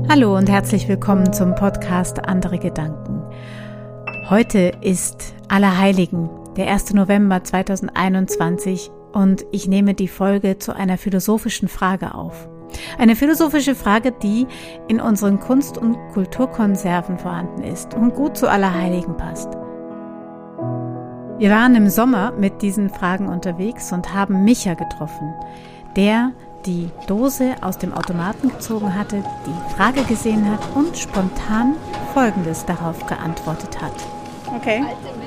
Hallo und herzlich willkommen zum Podcast Andere Gedanken. Heute ist Allerheiligen, der 1. November 2021 und ich nehme die Folge zu einer philosophischen Frage auf. Eine philosophische Frage, die in unseren Kunst- und Kulturkonserven vorhanden ist und gut zu Allerheiligen passt. Wir waren im Sommer mit diesen Fragen unterwegs und haben Micha getroffen, der die Dose aus dem Automaten gezogen hatte, die Frage gesehen hat und spontan Folgendes darauf geantwortet hat. Okay.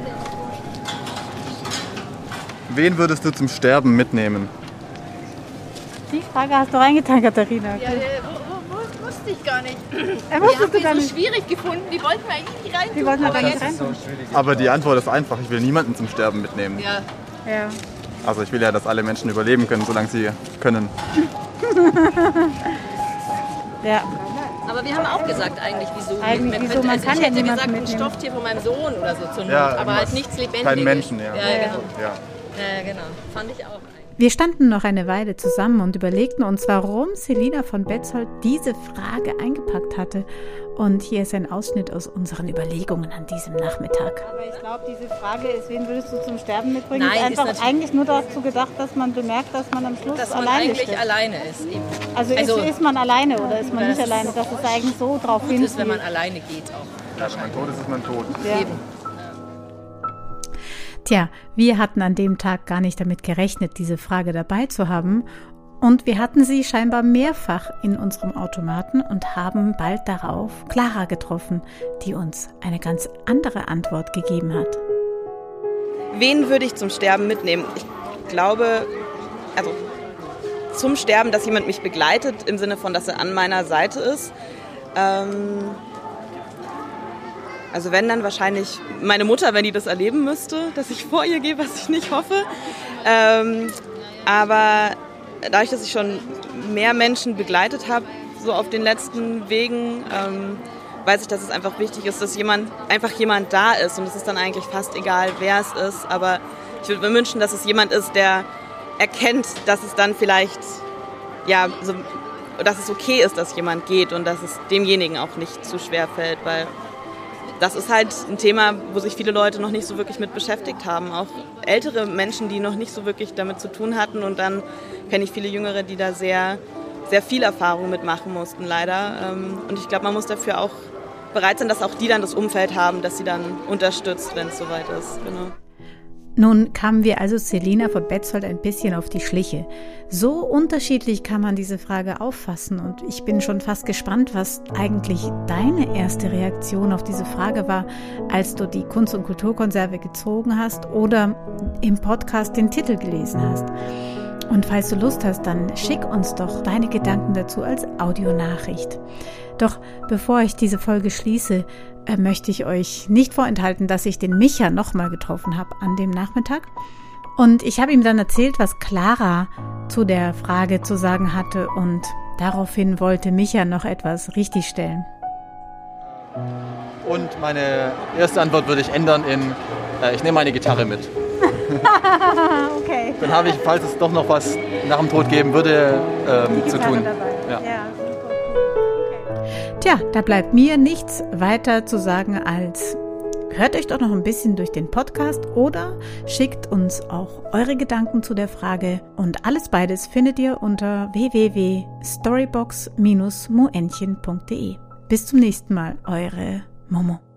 Wen würdest du zum Sterben mitnehmen? Die Frage hast du reingetan, Katharina. Ja, wusste ich gar nicht. Wusstest du gar so nicht. schwierig gefunden, die wollten wir eigentlich nicht rein. Die wollten wir aber gar nicht jetzt, rein. Aber die Antwort ist einfach, ich will niemanden zum Sterben mitnehmen. Ja, Ja. Also ich will ja, dass alle Menschen überleben können, solange sie können. Ja. aber wir haben auch gesagt eigentlich, wieso. Eigentlich, wieso, man kann ich ja hätte niemanden gesagt, ein mitnehmen. Stofftier von meinem Sohn oder so zur Not, Ja, aber halt irgendwas. nichts Lebendiges. Kein Menschen, ja. Ja, genau. Ja. Ja, genau. Fand ich auch. Wir standen noch eine Weile zusammen und überlegten uns, warum Selina von Betzold diese Frage eingepackt hatte. Und hier ist ein Ausschnitt aus unseren Überlegungen an diesem Nachmittag. Aber ich glaube, diese Frage ist, wen würdest du zum Sterben mitbringen? Nein, ist ist einfach natürlich- eigentlich nur dazu gedacht, dass man bemerkt, dass man am Schluss Dass man alleine eigentlich steht. alleine ist. Eben. Also, ist man alleine oder ist man nicht alleine? Das ist eigentlich so drauf Gut hin. ist, wenn man alleine geht auch. Ja, wenn man tot ist, ist man tot. Ja. Eben. Tja, wir hatten an dem Tag gar nicht damit gerechnet, diese Frage dabei zu haben. Und wir hatten sie scheinbar mehrfach in unserem Automaten und haben bald darauf Clara getroffen, die uns eine ganz andere Antwort gegeben hat. Wen würde ich zum Sterben mitnehmen? Ich glaube, also zum Sterben, dass jemand mich begleitet, im Sinne von, dass er an meiner Seite ist. Also wenn, dann wahrscheinlich meine Mutter, wenn die das erleben müsste, dass ich vor ihr gehe, was ich nicht hoffe. Aber dadurch, dass ich schon mehr Menschen begleitet habe, so auf den letzten Wegen, weiß ich, dass es einfach wichtig ist, dass einfach jemand da ist. Und es ist dann eigentlich fast egal, wer es ist. Aber ich würde mir wünschen, dass es jemand ist, der erkennt, dass es dann vielleicht, ja, so, dass es okay ist, dass jemand geht und dass es demjenigen auch nicht zu schwer fällt, weil das ist halt ein Thema, wo sich viele Leute noch nicht so wirklich mit beschäftigt haben. Auch ältere Menschen, die noch nicht so wirklich damit zu tun hatten. Und dann kenne ich viele Jüngere, die da sehr, sehr viel Erfahrung mitmachen mussten, leider. Und ich glaube, man muss dafür auch bereit sein, dass auch die dann das Umfeld haben, das sie dann unterstützt, wenn es soweit ist. Genau. Nun kamen wir also Selina von Betzold ein bisschen auf die Schliche. So unterschiedlich kann man diese Frage auffassen und ich bin schon fast gespannt, was eigentlich deine erste Reaktion auf diese Frage war, als du die Kunst- und Kulturkonserve gezogen hast oder im Podcast den Titel gelesen hast. Und falls du Lust hast, dann schick uns doch deine Gedanken dazu als Audionachricht. Doch bevor ich diese Folge schließe, möchte ich euch nicht vorenthalten, dass ich den Micha nochmal getroffen habe an dem Nachmittag. Und ich habe ihm dann erzählt, was Clara zu der Frage zu sagen hatte und daraufhin wollte Micha noch etwas richtigstellen. Und meine erste Antwort würde ich ändern in, ich nehme meine Gitarre mit. Okay. Dann habe ich, falls es doch noch was nach dem Tod geben würde, Die zu Gitarre tun. dabei. Ja. Ja, super cool. Okay. Tja, da bleibt mir nichts weiter zu sagen als hört euch doch noch ein bisschen durch den Podcast oder schickt uns auch eure Gedanken zu der Frage und alles beides findet ihr unter www.storybox-moentchen.de. Bis zum nächsten Mal, eure Momo.